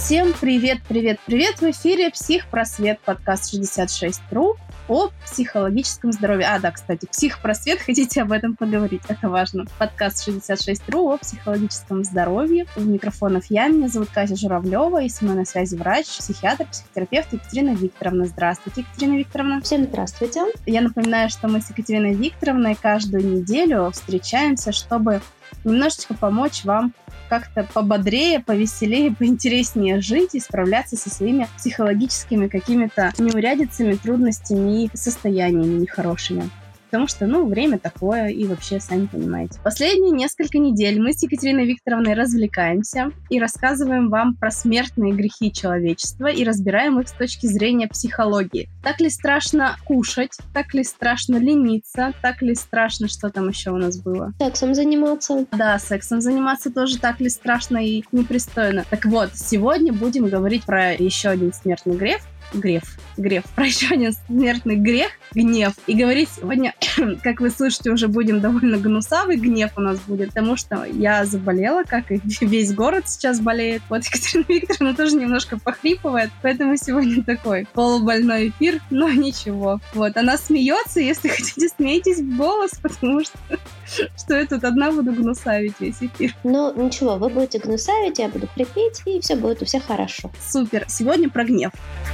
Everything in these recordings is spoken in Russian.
Всем привет! В эфире «Психпросвет», подкаст 66.ru о психологическом здоровье. Да, кстати, «Психпросвет», хотите об этом поговорить, это важно. Подкаст 66.ru о психологическом здоровье. У микрофонов меня зовут Катя Журавлева, и со мной на связи врач, психиатр, психотерапевт Екатерина Викторовна. Здравствуйте, Екатерина Викторовна. Всем здравствуйте. Я напоминаю, что мы с Екатериной Викторовной каждую неделю встречаемся, чтобы немножечко помочь вам как-то пободрее, повеселее, поинтереснее жить и справляться со своими психологическими какими-то неурядицами, трудностями и состояниями нехорошими. Потому что, время такое, и вообще, сами понимаете. Последние несколько недель мы с Екатериной Викторовной развлекаемся и рассказываем вам про смертные грехи человечества и разбираем их с точки зрения психологии. Так ли страшно кушать? Так ли страшно лениться? Так ли страшно, что там еще у нас было? Сексом заниматься. Да, сексом заниматься тоже так ли страшно и непристойно. Так вот, сегодня будем говорить про еще один смертный грех. Про еще один смертный грех — гнев. И говорить сегодня, как вы слышите, уже будем довольно гнусавый гнев у нас будет, потому что я заболела, как и весь город сейчас болеет. Вот Екатерина Викторовна тоже немножко похрипывает, поэтому сегодня такой полубольной эфир, но ничего. Вот, она смеется, если хотите, смейтесь в голос, потому что я тут одна буду гнусавить весь эфир. Но ничего, вы будете гнусавить, я буду хрипеть, и все будет у всех хорошо. Супер. Сегодня про гнев.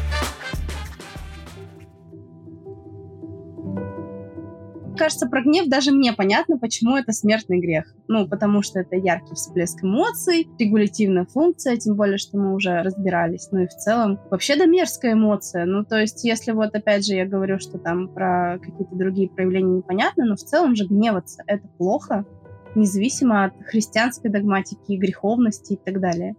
Кажется, про гнев даже мне понятно, почему это смертный грех. Потому что это яркий всплеск эмоций, регулятивная функция, тем более, что мы уже разбирались. И в целом, вообще, да, мерзкая эмоция. То есть, если опять же, я говорю, что там про какие-то другие проявления непонятно, но в целом же гневаться — это плохо, независимо от христианской догматики, греховности и так далее.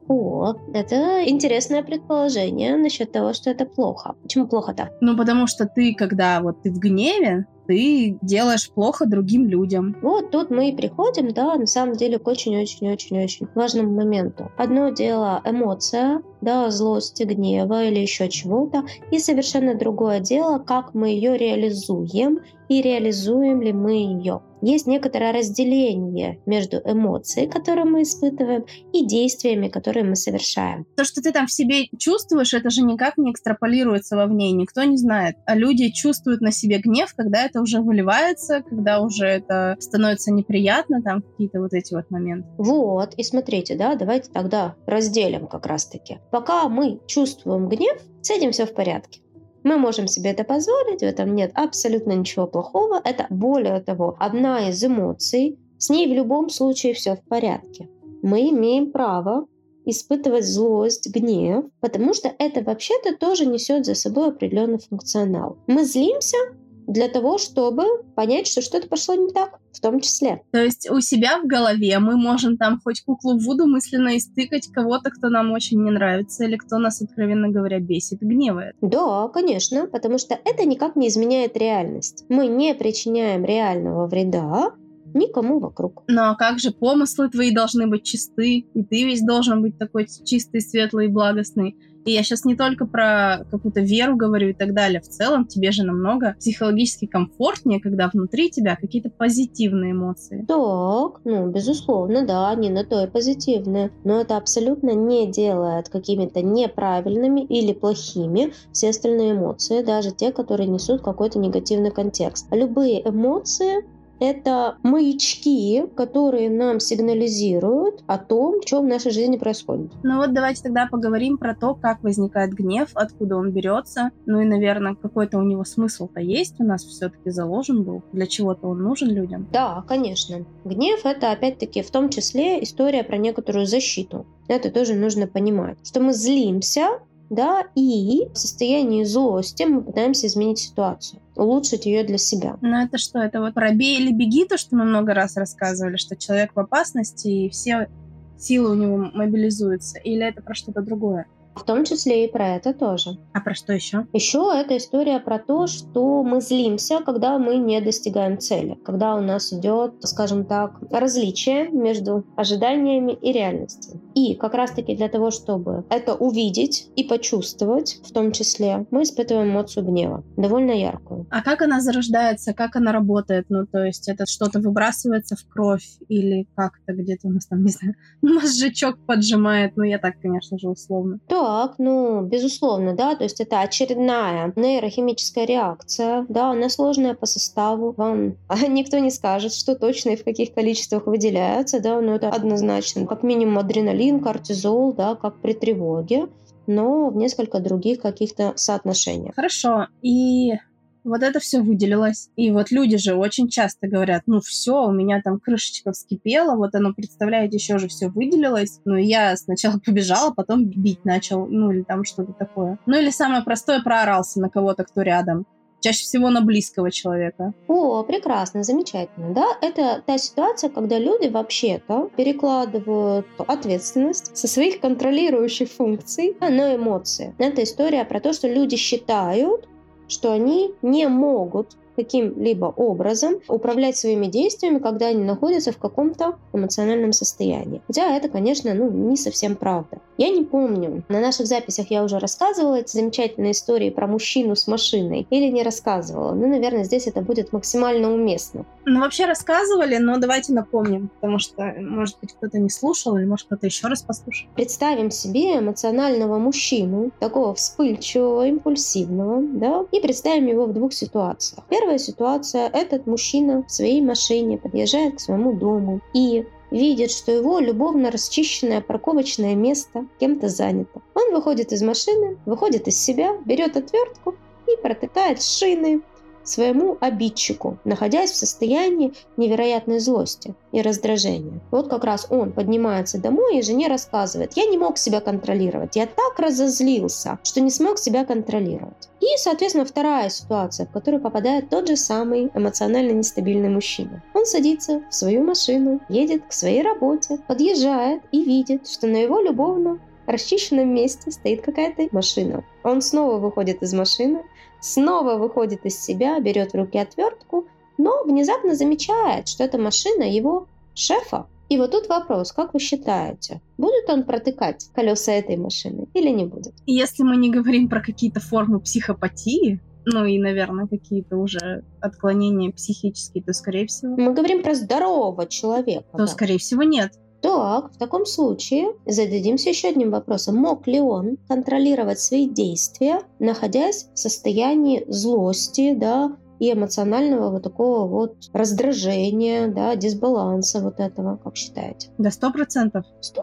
Это интересное предположение насчет того, что это плохо. Почему плохо-то? Потому что когда ты в гневе, ты делаешь плохо другим людям. Вот тут мы и приходим, на самом деле, к очень-очень-очень-очень важному моменту. Одно дело эмоция, злости, гнева или еще чего-то, и совершенно другое дело, как мы ее реализуем и реализуем ли мы ее. Есть некоторое разделение между эмоцией, которые мы испытываем, и действиями, которые мы совершаем. То, что ты там в себе чувствуешь, это же никак не экстраполируется вовне, никто не знает. А люди чувствуют на себе гнев, когда это уже выливается, когда уже это становится неприятно, там какие-то эти моменты. И смотрите, давайте тогда разделим как раз-таки. Пока мы чувствуем гнев, с этим все в порядке. Мы можем себе это позволить, в этом нет абсолютно ничего плохого. Это, более того, одна из эмоций, с ней в любом случае все в порядке. Мы имеем право испытывать злость, гнев, потому что это вообще-то тоже несет за собой определенный функционал. Мы злимся для того, чтобы понять, что что-то пошло не так, в том числе. То есть у себя в голове мы можем там хоть куклу Вуду мысленно истыкать кого-то, кто нам очень не нравится или кто нас, откровенно говоря, бесит, гневает. Да, конечно, потому что это никак не изменяет реальность. Мы не причиняем реального вреда никому вокруг. А как же помыслы твои должны быть чисты, и ты весь должен быть такой чистый, светлый и благостный. И я сейчас не только про какую-то веру говорю и так далее. В целом тебе же намного психологически комфортнее, когда внутри тебя какие-то позитивные эмоции. Так, безусловно, да, они на то и позитивные. Но это абсолютно не делает какими-то неправильными или плохими все остальные эмоции, даже те, которые несут какой-то негативный контекст. Любые эмоции — это маячки, которые нам сигнализируют о том, что в нашей жизни происходит. Давайте тогда поговорим про то, как возникает гнев, откуда он берется. И, наверное, какой-то у него смысл-то есть у нас все-таки заложен был. Для чего-то он нужен людям. Да, конечно. Гнев — это, опять-таки, в том числе история про некоторую защиту. Это тоже нужно понимать, что мы злимся, и в состоянии злости мы пытаемся изменить ситуацию, улучшить ее для себя. Это что? Это про бей или беги, то, что мы много раз рассказывали, что человек в опасности, и все силы у него мобилизуются? Или это про что-то другое? В том числе и про это тоже. А про что еще? Еще это история про то, что мы злимся, когда мы не достигаем цели, когда у нас идет, скажем так, различие между ожиданиями и реальностью. И как раз-таки для того, чтобы это увидеть и почувствовать, в том числе, мы испытываем эмоцию гнева, довольно яркую. А как она зарождается, как она работает? Ну, то есть это что-то выбрасывается в кровь или как-то где-то у нас там, не знаю, мозжечок поджимает? Ну, я так, конечно же, условно. Так, ну, безусловно, да, то есть это очередная нейрохимическая реакция, да, она сложная по составу, вам никто не скажет, что точно и в каких количествах выделяется, да, но это однозначно, как минимум адреналин, кортизол, да, как при тревоге, но в несколько других каких-то соотношениях. Хорошо, и вот это все выделилось. И вот люди же очень часто говорят, ну все, у меня там крышечка вскипела, вот оно, представляете, еще же все выделилось. Ну и я сначала побежала, потом бить начал, ну или там что-то такое. Ну или самое простое, проорался на кого-то, кто рядом. Чаще всего на близкого человека. О, прекрасно, замечательно. Да, это та ситуация, когда люди вообще-то перекладывают ответственность со своих контролирующих функций на эмоции. Это история про то, что люди считают, что они не могут каким-либо образом управлять своими действиями, когда они находятся в каком-то эмоциональном состоянии. Хотя это, конечно, не совсем правда. Я не помню, на наших записях я уже рассказывала эти замечательные истории про мужчину с машиной или не рассказывала. Наверное, здесь это будет максимально уместно. Вообще рассказывали, но давайте напомним, потому что, может быть, кто-то не слушал или, может, кто-то еще раз послушал. Представим себе эмоционального мужчину, такого вспыльчивого, импульсивного, да, и представим его в двух ситуациях. Первая ситуация – этот мужчина в своей машине подъезжает к своему дому и видит, что его любовно расчищенное парковочное место кем-то занято. Он выходит из машины, выходит из себя, берет отвертку и протыкает шины своему обидчику, находясь в состоянии невероятной злости и раздражения. Вот как раз он поднимается домой и жене рассказывает: «Я не мог себя контролировать, я так разозлился, что не смог себя контролировать». И, соответственно, вторая ситуация, в которую попадает тот же самый эмоционально нестабильный мужчина. Он садится в свою машину, едет к своей работе, подъезжает и видит, что на его любовно расчищенном месте стоит какая-то машина. Он снова выходит из машины, снова выходит из себя, берет в руки отвертку, но внезапно замечает, что это машина его шефа. И вот тут вопрос: как вы считаете, будет он протыкать колеса этой машины или не будет? Если мы не говорим про какие-то формы психопатии, и, наверное, какие-то уже отклонения психические, то, скорее всего... Мы говорим про здорового человека. То, скорее всего, нет. Так, в таком случае зададимся еще одним вопросом. Мог ли он контролировать свои действия, находясь в состоянии злости, да, и эмоционального вот такого вот раздражения, да, дисбаланса вот этого, как считаете? Да, 100%. 100%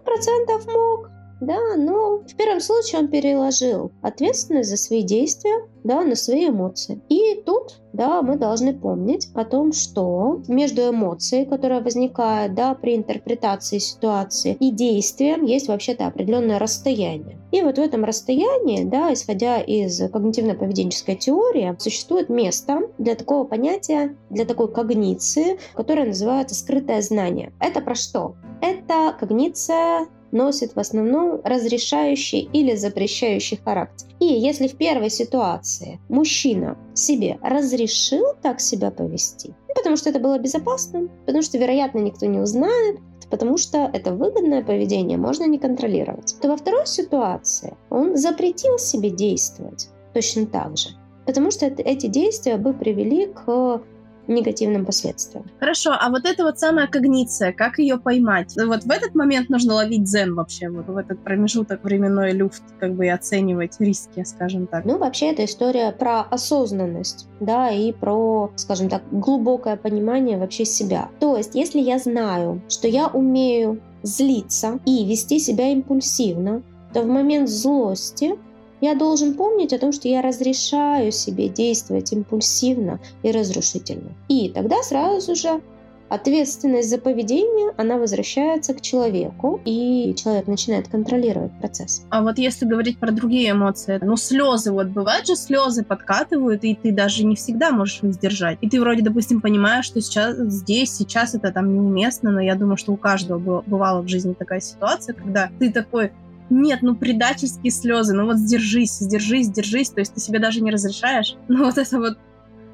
мог. Да, но в первом случае он переложил ответственность за свои действия, да, на свои эмоции. И тут, да, мы должны помнить о том, что между эмоцией, которая возникает, да, при интерпретации ситуации, и действием есть вообще-то определенное расстояние. И вот в этом расстоянии, да, исходя из когнитивно-поведенческой теории, существует место для такого понятия, для такой когниции, которая называется скрытое знание. Это про что? Это когниция носит в основном разрешающий или запрещающий характер. И если в первой ситуации мужчина себе разрешил так себя повести, потому что это было безопасно, потому что, вероятно, никто не узнает, потому что это выгодное поведение можно не контролировать, то во второй ситуации он запретил себе действовать точно так же, потому что эти действия бы привели к негативным последствиям. Хорошо, а вот эта вот самая когниция, как ее поймать? Вот в этот момент нужно ловить дзен вообще, вот в этот промежуток временной люфт, как бы и оценивать риски, скажем так. Вообще это история про осознанность, да, и про, скажем так, глубокое понимание вообще себя. То есть, если я знаю, что я умею злиться и вести себя импульсивно, то в момент злости я должен помнить о том, что я разрешаю себе действовать импульсивно и разрушительно. И тогда сразу же ответственность за поведение, она возвращается к человеку, и человек начинает контролировать процесс. А вот если говорить про другие эмоции, слезы, вот бывают же слезы подкатывают, и ты даже не всегда можешь их сдержать. И ты вроде, допустим, понимаешь, что сейчас это там неуместно, но я думаю, что у каждого бывала в жизни такая ситуация, когда ты такой: нет, предательские слезы, сдержись, то есть ты себе даже не разрешаешь. Вот это вот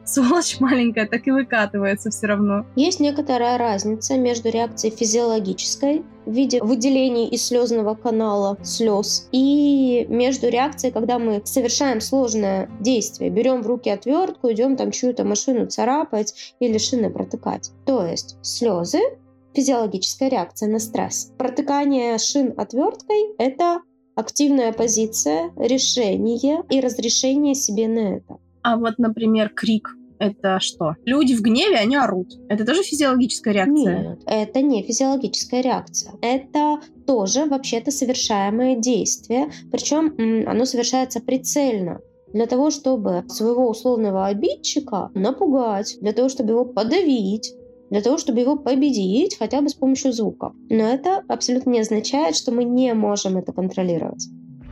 сволочь маленькая так и выкатывается все равно. Есть некоторая разница между реакцией физиологической в виде выделений из слезного канала слез и между реакцией, когда мы совершаем сложное действие, берем в руки отвертку, идем там чью-то машину царапать или шины протыкать. То есть слезы — физиологическая реакция на стресс. Протыкание шин отверткой — это активная позиция, решение и разрешение себе на это. А вот, например, крик — это что? Люди в гневе, они орут. Это тоже физиологическая реакция? Нет, это не физиологическая реакция. Это тоже вообще-то совершаемое действие, причем оно совершается прицельно. Для того, чтобы своего условного обидчика напугать, для того, чтобы его подавить, для того, чтобы его победить хотя бы с помощью звуков. Но это абсолютно не означает, что мы не можем это контролировать.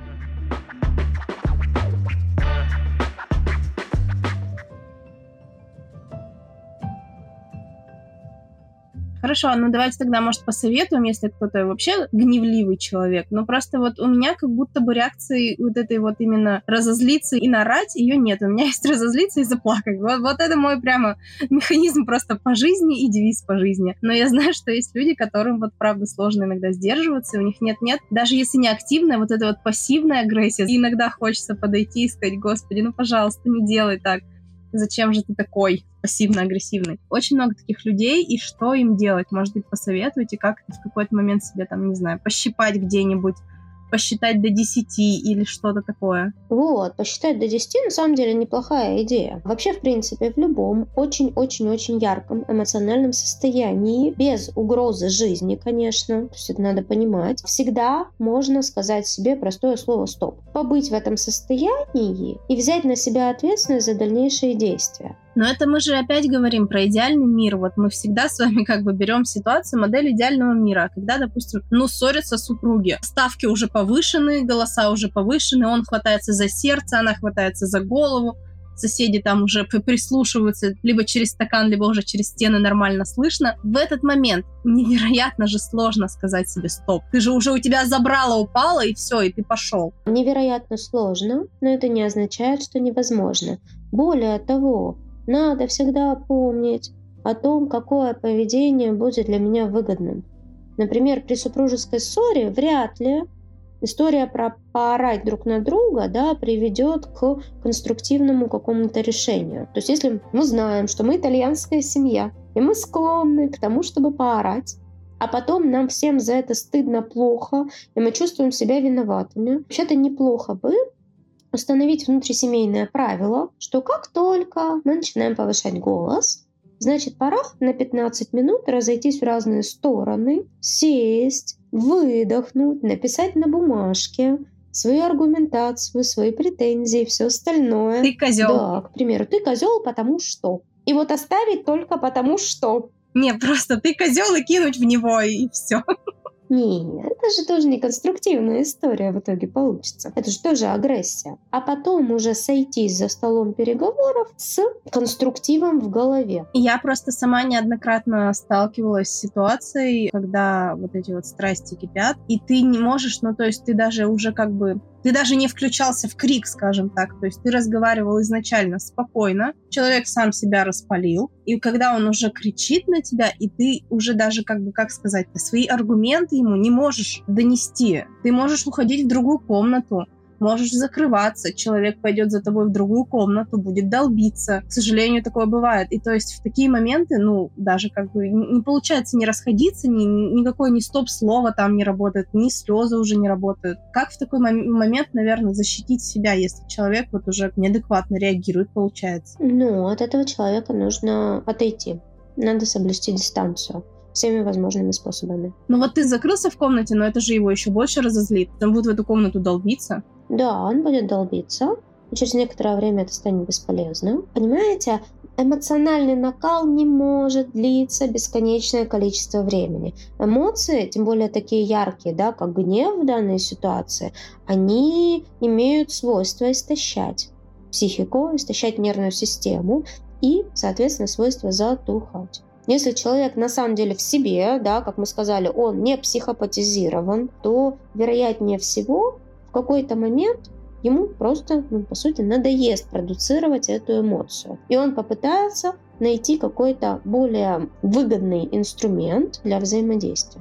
Хорошо, ну давайте тогда, может, посоветуем, если кто-то вообще гневливый человек. Но просто вот у меня как будто бы реакции вот этой вот именно разозлиться и наорать, ее нет. У меня есть разозлиться и заплакать. Вот это мой прямо механизм просто по жизни и девиз по жизни. Но я знаю, что есть люди, которым вот правда сложно иногда сдерживаться, и у них нет-нет. Даже если не активная, вот эта вот пассивная агрессия, иногда хочется подойти и сказать: Господи, ну пожалуйста, не делай так. Зачем же ты такой пассивно-агрессивный? Очень много таких людей, и что им делать? Может быть, посоветуйте, как в какой-то момент себе там, не знаю, пощипать где-нибудь, посчитать до 10 или что-то такое. Вот, посчитать до 10 на самом деле неплохая идея. Вообще, в принципе, в любом очень-очень-очень ярком эмоциональном состоянии, без угрозы жизни, конечно, то есть это надо понимать, всегда можно сказать себе простое слово «стоп». Побыть в этом состоянии и взять на себя ответственность за дальнейшие действия. Но это мы же опять говорим про идеальный мир. Вот мы всегда с вами как бы берем ситуацию, модель идеального мира. Когда, допустим, ссорятся супруги, ставки уже повышены, голоса уже повышены, он хватается за сердце, она хватается за голову, соседи там уже прислушиваются, либо через стакан, либо уже через стены нормально слышно. В этот момент невероятно же сложно сказать себе «стоп». Ты же уже, у тебя забрало упало, и все, и ты пошел. Невероятно сложно, но это не означает, что невозможно. Более того, надо всегда помнить о том, какое поведение будет для меня выгодным. Например, при супружеской ссоре вряд ли история про поорать друг на друга, приведет к конструктивному какому-то решению. То есть если мы знаем, что мы итальянская семья, и мы склонны к тому, чтобы поорать, а потом нам всем за это стыдно, плохо, и мы чувствуем себя виноватыми, вообще-то неплохо бы установить внутрисемейное правило, что как только мы начинаем повышать голос, значит, пора на 15 минут разойтись в разные стороны, сесть, выдохнуть, написать на бумажке свою аргументацию, свои претензии, все остальное. Ты козел. Да, к примеру, ты козел, потому что. И вот оставить только потому что. Не, просто ты козел и кинуть в него, и все. Не, это же тоже не конструктивная история в итоге получится. Это же тоже агрессия. А потом уже сойтись за столом переговоров с конструктивом в голове. Я просто сама неоднократно сталкивалась с ситуацией, когда вот эти вот страсти кипят, и ты не можешь, то есть ты даже уже ты даже не включался в крик, скажем так. То есть ты разговаривал изначально спокойно, человек сам себя распалил, и когда он уже кричит на тебя, и ты уже даже свои аргументы ему не можешь донести. Ты можешь уходить в другую комнату, можешь закрываться, человек пойдет за тобой в другую комнату, будет долбиться. К сожалению, такое бывает. И то есть в такие моменты, даже не получается не расходиться, никакое ни стоп-слово там не работает, ни слезы уже не работают. Как в такой момент, наверное, защитить себя, если человек вот уже неадекватно реагирует, получается? От этого человека нужно отойти. Надо соблюсти дистанцию всеми возможными способами. Вот ты закрылся в комнате, но это же его еще больше разозлит. Он будет в эту комнату долбиться. Да, он будет долбиться, и через некоторое время это станет бесполезным. Понимаете, эмоциональный накал не может длиться бесконечное количество времени. Эмоции, тем более такие яркие, как гнев в данной ситуации, они имеют свойство истощать психику, истощать нервную систему и, соответственно, свойство затухать. Если человек на самом деле в себе, как мы сказали, он не психопатизирован, то, вероятнее всего, в какой-то момент ему просто, по сути, надоест продуцировать эту эмоцию. И он попытается найти какой-то более выгодный инструмент для взаимодействия.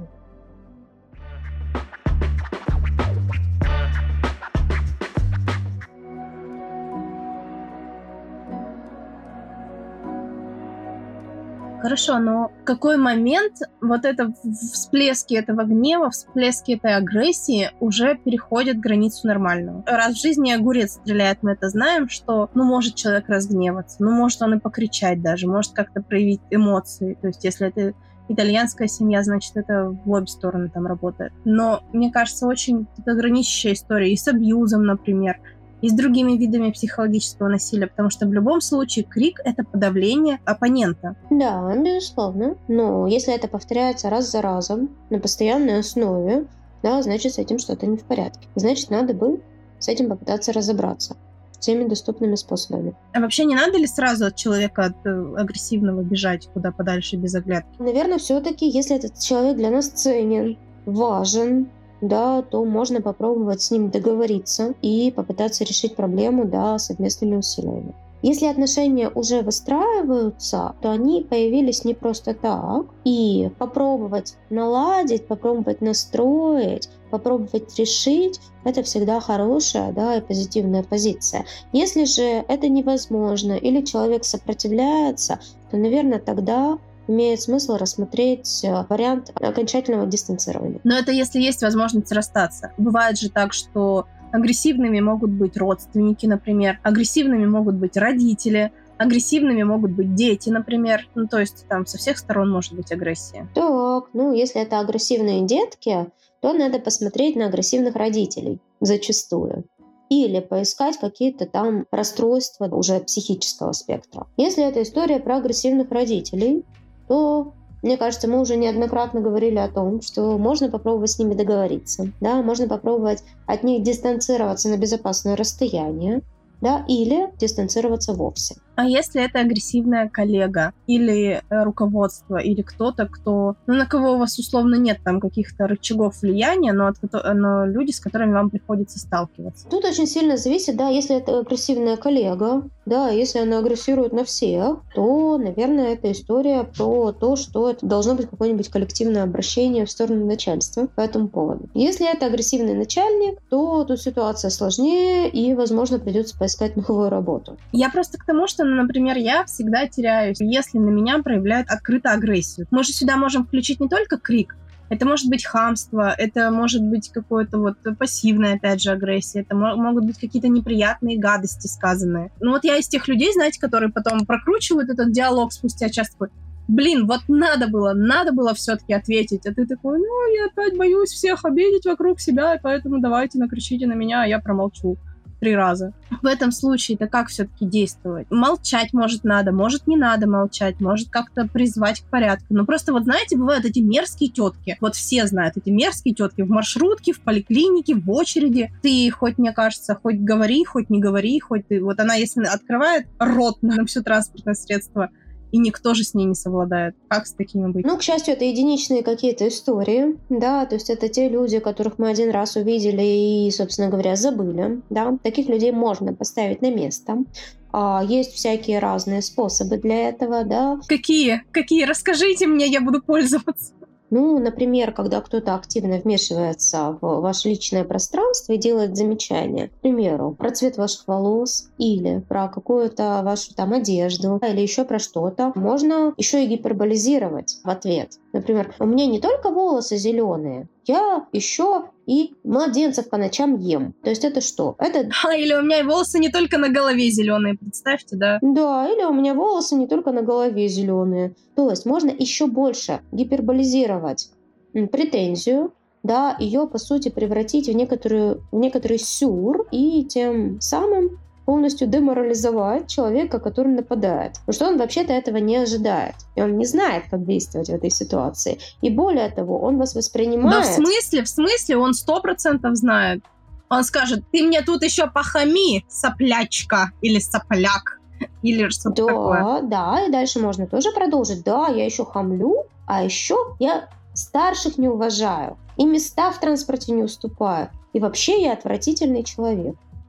Хорошо, но в какой момент вот это всплески этого гнева, всплески этой агрессии уже переходят границу нормального? Раз в жизни огурец стреляет, мы это знаем, что, может человек разгневаться, может он и покричать даже, может как-то проявить эмоции. То есть если это итальянская семья, значит, это в обе стороны там работает. Но, мне кажется, очень граничащая история и с абьюзом, например, и с другими видами психологического насилия, потому что в любом случае крик — это подавление оппонента. Да, безусловно. Но если это повторяется раз за разом на постоянной основе, да, значит, с этим что-то не в порядке. Значит, надо бы с этим попытаться разобраться всеми доступными способами. А вообще не надо ли сразу от человека, от агрессивного, бежать куда подальше без оглядки? Наверное, все-таки, если этот человек для нас ценен, важен, да, то можно попробовать с ним договориться и попытаться решить проблему, да, совместными усилиями. Если отношения уже выстраиваются, то они появились не просто так. И попробовать наладить, попробовать настроить, попробовать решить — это всегда хорошая, да, и позитивная позиция. Если же это невозможно или человек сопротивляется, то, наверное, тогда имеет смысл рассмотреть вариант окончательного дистанцирования. Но это если есть возможность расстаться. Бывает же так, что агрессивными могут быть родственники, например, агрессивными могут быть родители, агрессивными могут быть дети, например. То есть там со всех сторон может быть агрессия. Так, если это агрессивные детки, то надо посмотреть на агрессивных родителей зачастую. Или поискать какие-то там расстройства уже психического спектра. Если это история про агрессивных родителей, то, мне кажется, мы уже неоднократно говорили о том, что можно попробовать с ними договориться, да, можно попробовать от них дистанцироваться на безопасное расстояние, да, или дистанцироваться вовсе. А если это агрессивная коллега или руководство, или кто-то, на кого у вас условно нет там каких-то рычагов влияния, но люди, с которыми вам приходится сталкиваться? Тут очень сильно зависит, да, если это агрессивная коллега, да, если она агрессирует на всех, то, наверное, это история про то, что это должно быть какое-нибудь коллективное обращение в сторону начальства по этому поводу. Если это агрессивный начальник, то тут ситуация сложнее и, возможно, придется поискать новую работу. Я просто к тому, что, например, я всегда теряюсь, если на меня проявляют открыто агрессию. Мы же сюда можем включить не только крик, это может быть хамство, это может быть какое-то пассивная, опять же, агрессия, это могут быть какие-то неприятные гадости сказанные. Я из тех людей, знаете, которые потом прокручивают этот диалог спустя час, такой: блин, надо было все-таки ответить. А ты такой: я опять боюсь всех обидеть вокруг себя, и поэтому давайте накричите на меня, а я промолчу 3 раза. В этом случае-то как все-таки действовать? Молчать, может, надо, может, не надо молчать, может, как-то призвать к порядку. Просто знаете, бывают эти мерзкие тетки. Все знают эти мерзкие тетки в маршрутке, в поликлинике, в очереди. Ты хоть, мне кажется, хоть говори, хоть не говори, хоть ты... она, если открывает рот на все транспортное средство, и никто же с ней не совладает. Как с такими быть? К счастью, это единичные какие-то истории, да, то есть это те люди, которых мы один раз увидели и, собственно говоря, забыли, да. Таких людей можно поставить на место. Есть всякие разные способы для этого, да. Какие? Расскажите мне, я буду пользоваться. Например, когда кто-то активно вмешивается в ваше личное пространство и делает замечания, к примеру, про цвет ваших волос или про какую-то вашу там одежду или еще про что-то, можно еще и гиперболизировать в ответ. Например, у меня не только волосы зеленые, я еще и младенцев по ночам ем. То есть это что? Или у меня волосы не только на голове зеленые, представьте, да? Да, или у меня волосы не только на голове зеленые. То есть можно еще больше гиперболизировать претензию, да, ее, по сути, превратить в некоторый сюр и тем самым полностью деморализовать человека, который нападает. Потому что он вообще-то этого не ожидает. И он не знает, как действовать в этой ситуации. И более того, он вас воспринимает... Да в смысле? Он 100% знает. Он скажет: ты мне тут еще похами, соплячка или сопляк. Или что-то такое. Да, и дальше можно тоже продолжить. Да, я еще хамлю, а еще я старших не уважаю. И места в транспорте не уступаю. И вообще я отвратительный человек.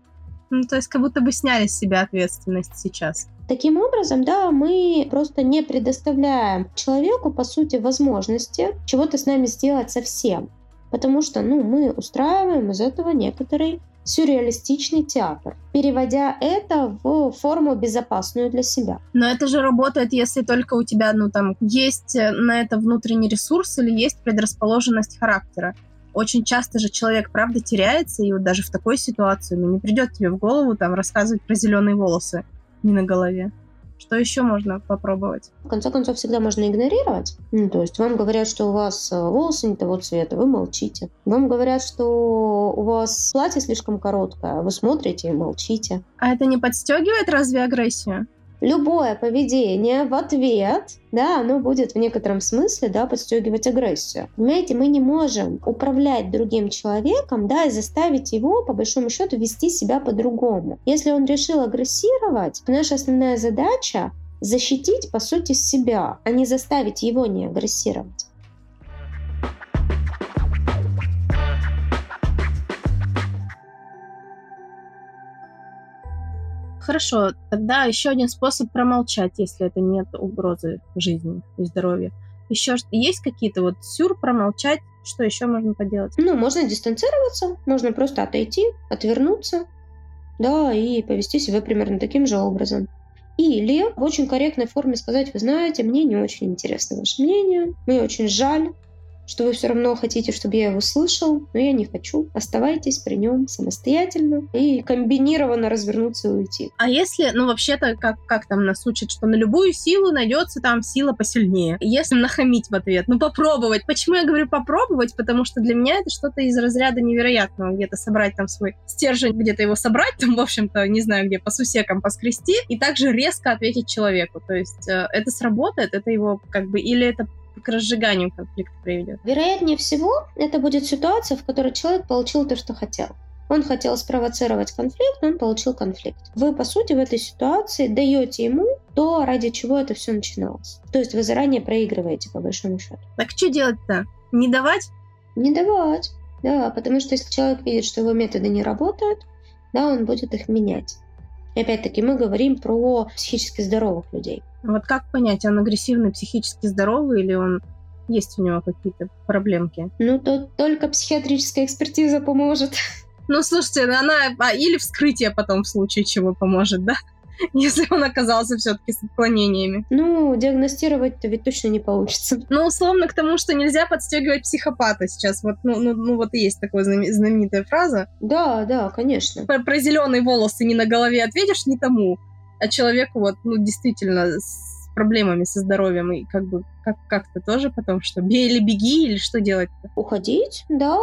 Ну, то есть как будто бы сняли с себя ответственность сейчас. Таким образом, да, мы просто не предоставляем человеку, по сути, возможности чего-то с нами сделать совсем. Потому что, мы устраиваем из этого некоторый сюрреалистичный театр, переводя это в форму безопасную для себя. Но это же работает, если только у тебя, есть на это внутренний ресурс или есть предрасположенность характера. Очень часто же человек, правда, теряется, и вот даже в такой ситуации, не придет тебе в голову рассказывать про зеленые волосы не на голове. Что еще можно попробовать? В конце концов, всегда можно игнорировать. То есть вам говорят, что у вас волосы не того цвета, вы молчите. Вам говорят, что у вас платье слишком короткое, вы смотрите и молчите. А это не подстегивает разве агрессию? Любое поведение в ответ, оно будет в некотором смысле, подстегивать агрессию. Понимаете, мы не можем управлять другим человеком, и заставить его, по большому счету, вести себя по-другому. Если он решил агрессировать, наша основная задача — защитить, по сути, себя, а не заставить его не агрессировать. Хорошо, тогда еще один способ промолчать, если это нет угрозы жизни и здоровью. Еще есть какие-то промолчать, что еще можно поделать? Можно дистанцироваться, можно просто отойти, отвернуться, и повести себя примерно таким же образом. Или в очень корректной форме сказать: вы знаете, мне не очень интересно ваше мнение, мне очень жаль, что вы все равно хотите, чтобы я его слышал, но я не хочу. Оставайтесь при нем самостоятельно и комбинированно развернуться и уйти. А если, вообще-то, как там нас учат, что на любую силу найдется сила посильнее. Если нахамить в ответ, попробовать. Почему я говорю попробовать? Потому что для меня это что-то из разряда невероятного. Где-то собрать свой стержень, где-то его собрать, в общем-то, не знаю где, по сусекам поскрести, и также резко ответить человеку. То есть это сработает, это его или это к разжиганию конфликта приведет? Вероятнее всего, это будет ситуация, в которой человек получил то, что хотел. Он хотел спровоцировать конфликт, он получил конфликт. Вы, по сути, в этой ситуации даете ему то, ради чего это все начиналось. То есть вы заранее проигрываете, по большому счету. Так что делать-то? Не давать? Не давать, потому что если человек видит, что его методы не работают, он будет их менять. И опять-таки мы говорим про психически здоровых людей. Как понять, он агрессивный, психически здоровый, или есть у него какие-то проблемки? То только психиатрическая экспертиза поможет. Слушайте, она или вскрытие потом в случае чего поможет, если он оказался все-таки с отклонениями. Диагностировать-то ведь точно не получится. Условно к тому, что нельзя подстегивать психопата сейчас. Есть такая знаменитая фраза. Да, конечно. Про зеленые волосы не на голове ответишь не тому, а человеку действительно с проблемами со здоровьем, и как-то тоже потом, что бей или беги, или что делать-то? Уходить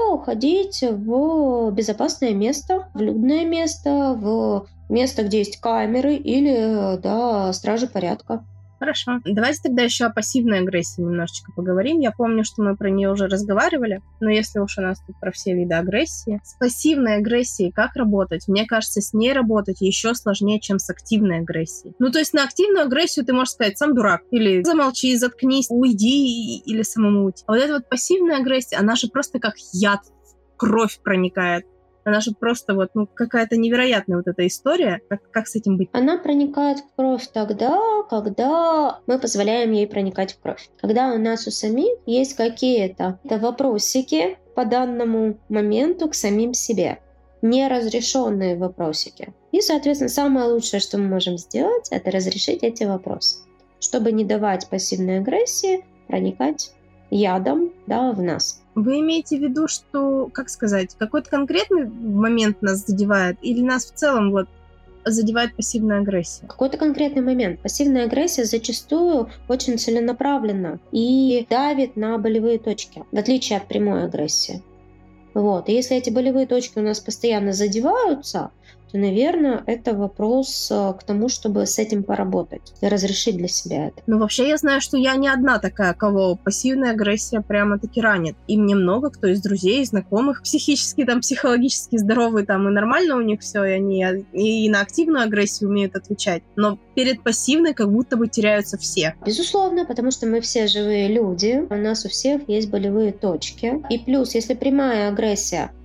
в безопасное место, в людное место, в место, где есть камеры или, стражи порядка. Хорошо. Давайте тогда еще о пассивной агрессии немножечко поговорим. Я помню, что мы про нее уже разговаривали, но если уж у нас тут про все виды агрессии. С пассивной агрессией как работать? Мне кажется, с ней работать еще сложнее, чем с активной агрессией. То есть на активную агрессию ты можешь сказать: сам дурак, или замолчи, заткнись, уйди, или самому уйти. А вот эта пассивная агрессия, она же просто как яд в кровь проникает. Она же просто какая-то невероятная эта история. Как с этим быть? Она проникает в кровь тогда, когда мы позволяем ей проникать в кровь. Когда у нас у самих есть какие-то вопросики по данному моменту к самим себе. Неразрешенные вопросики. И, соответственно, самое лучшее, что мы можем сделать, это разрешить эти вопросы, чтобы не давать пассивной агрессии проникать ядом в нас. Вы имеете в виду, что, какой-то конкретный момент нас задевает, или нас в целом задевает пассивная агрессия? Какой-то конкретный момент. Пассивная агрессия зачастую очень целенаправленно и давит на болевые точки, в отличие от прямой агрессии. И если эти болевые точки у нас постоянно задеваются, то, наверное, это вопрос к тому, чтобы с этим поработать и разрешить для себя это. Вообще я знаю, что я не одна такая, кого пассивная агрессия прямо-таки ранит. И мне много кто из друзей, знакомых, психически, психологически здоровые, и нормально у них все, и они и на активную агрессию умеют отвечать. Но перед пассивной как будто бы теряются все. Безусловно, потому что мы все живые люди, у нас у всех есть болевые точки. И плюс, если прямая агрессия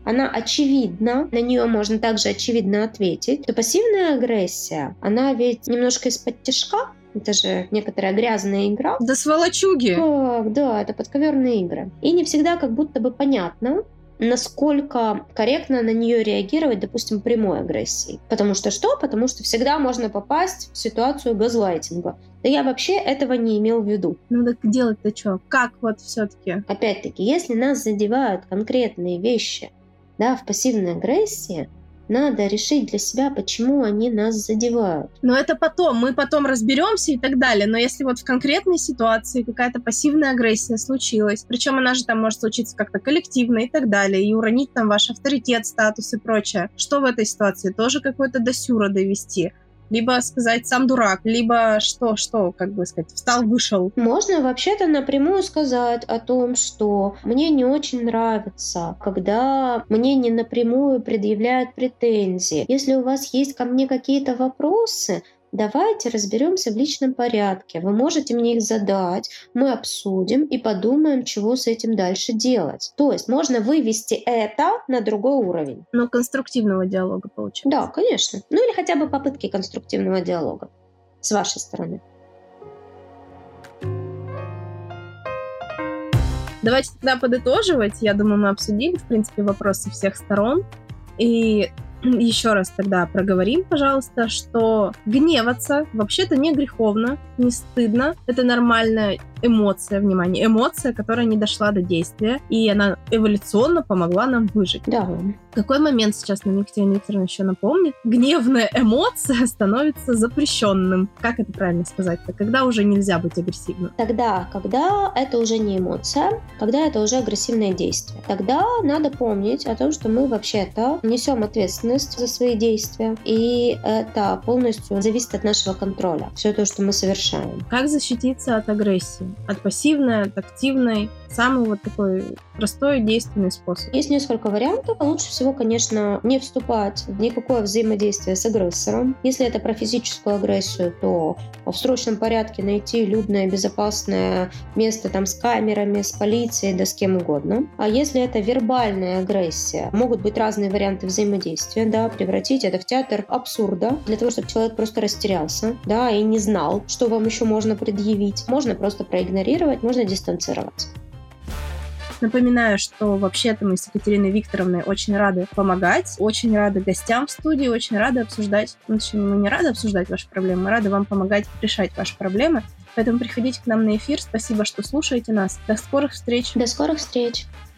она очевидна, на нее можно также очевидно ответить, то пассивная агрессия, она ведь немножко из-под тишка. Это же некоторая грязная игра. Да сволочуги! Как? Да, это подковерные игры. И не всегда как будто бы понятно, насколько корректно на нее реагировать, допустим, прямой агрессией. Потому что что? Потому что всегда можно попасть в ситуацию газлайтинга. Да я вообще этого не имел в виду. Ну так делать-то что? Как вот все-таки? Опять-таки, если нас задевают конкретные вещи, да, в пассивной агрессии, надо решить для себя, почему они нас задевают. Но это потом, мы потом разберемся и так далее. Но если вот в конкретной ситуации какая-то пассивная агрессия случилась, причем она же там может случиться как-то коллективно и так далее, и уронить там ваш авторитет, статус и прочее, что в этой ситуации? Тоже какой-то до сюра довести? Либо сказать «сам дурак», либо что, как бы сказать, встал, вышел. Можно вообще-то напрямую сказать о том, что мне не очень нравится, когда мне не напрямую предъявляют претензии. Если у вас есть ко мне какие-то вопросы, давайте разберемся в личном порядке. Вы можете мне их задать, мы обсудим и подумаем, чего с этим дальше делать. То есть можно вывести это на другой уровень. Ну, конструктивного диалога получается. Да, конечно. Ну или хотя бы попытки конструктивного диалога с вашей стороны. Давайте тогда подытоживать. Я думаю, мы обсудили, в принципе, вопросы всех сторон. И еще раз тогда проговорим, пожалуйста, что гневаться вообще-то не греховно, не стыдно. Это нормальная эмоция, внимание, эмоция, которая не дошла до действия, и она эволюционно помогла нам выжить. Да. В какой момент сейчас нам Екатерина Викторовна еще напомнит? Гневная эмоция становится запрещенным. Как это правильно сказать-то? Когда уже нельзя быть агрессивным? Тогда, когда это уже не эмоция, когда это уже агрессивное действие. Тогда надо помнить о том, что мы вообще-то несем ответственность за свои действия, и это полностью зависит от нашего контроля. Все то, что мы совершаем. Как защититься от агрессии? От пассивной, от активной? Самый вот такой простой действенный способ. Есть несколько вариантов. Лучше всего, конечно, не вступать в никакое взаимодействие с агрессором. Если это про физическую агрессию, то в срочном порядке найти людное, безопасное место там с камерами, с полицией, да с кем угодно. А если это вербальная агрессия, могут быть разные варианты взаимодействия, да, превратить это в театр абсурда, для того, чтобы человек просто растерялся, да, и не знал, что вам еще можно предъявить. Можно просто проигнорировать, можно дистанцироваться. Напоминаю, что вообще-то мы с Екатериной Викторовной очень рады помогать, очень рады гостям в студии, очень рады обсуждать. Ну, точнее, мы не рады обсуждать ваши проблемы, мы рады вам помогать решать ваши проблемы. Поэтому приходите к нам на эфир. Спасибо, что слушаете нас. До скорых встреч. До скорых встреч.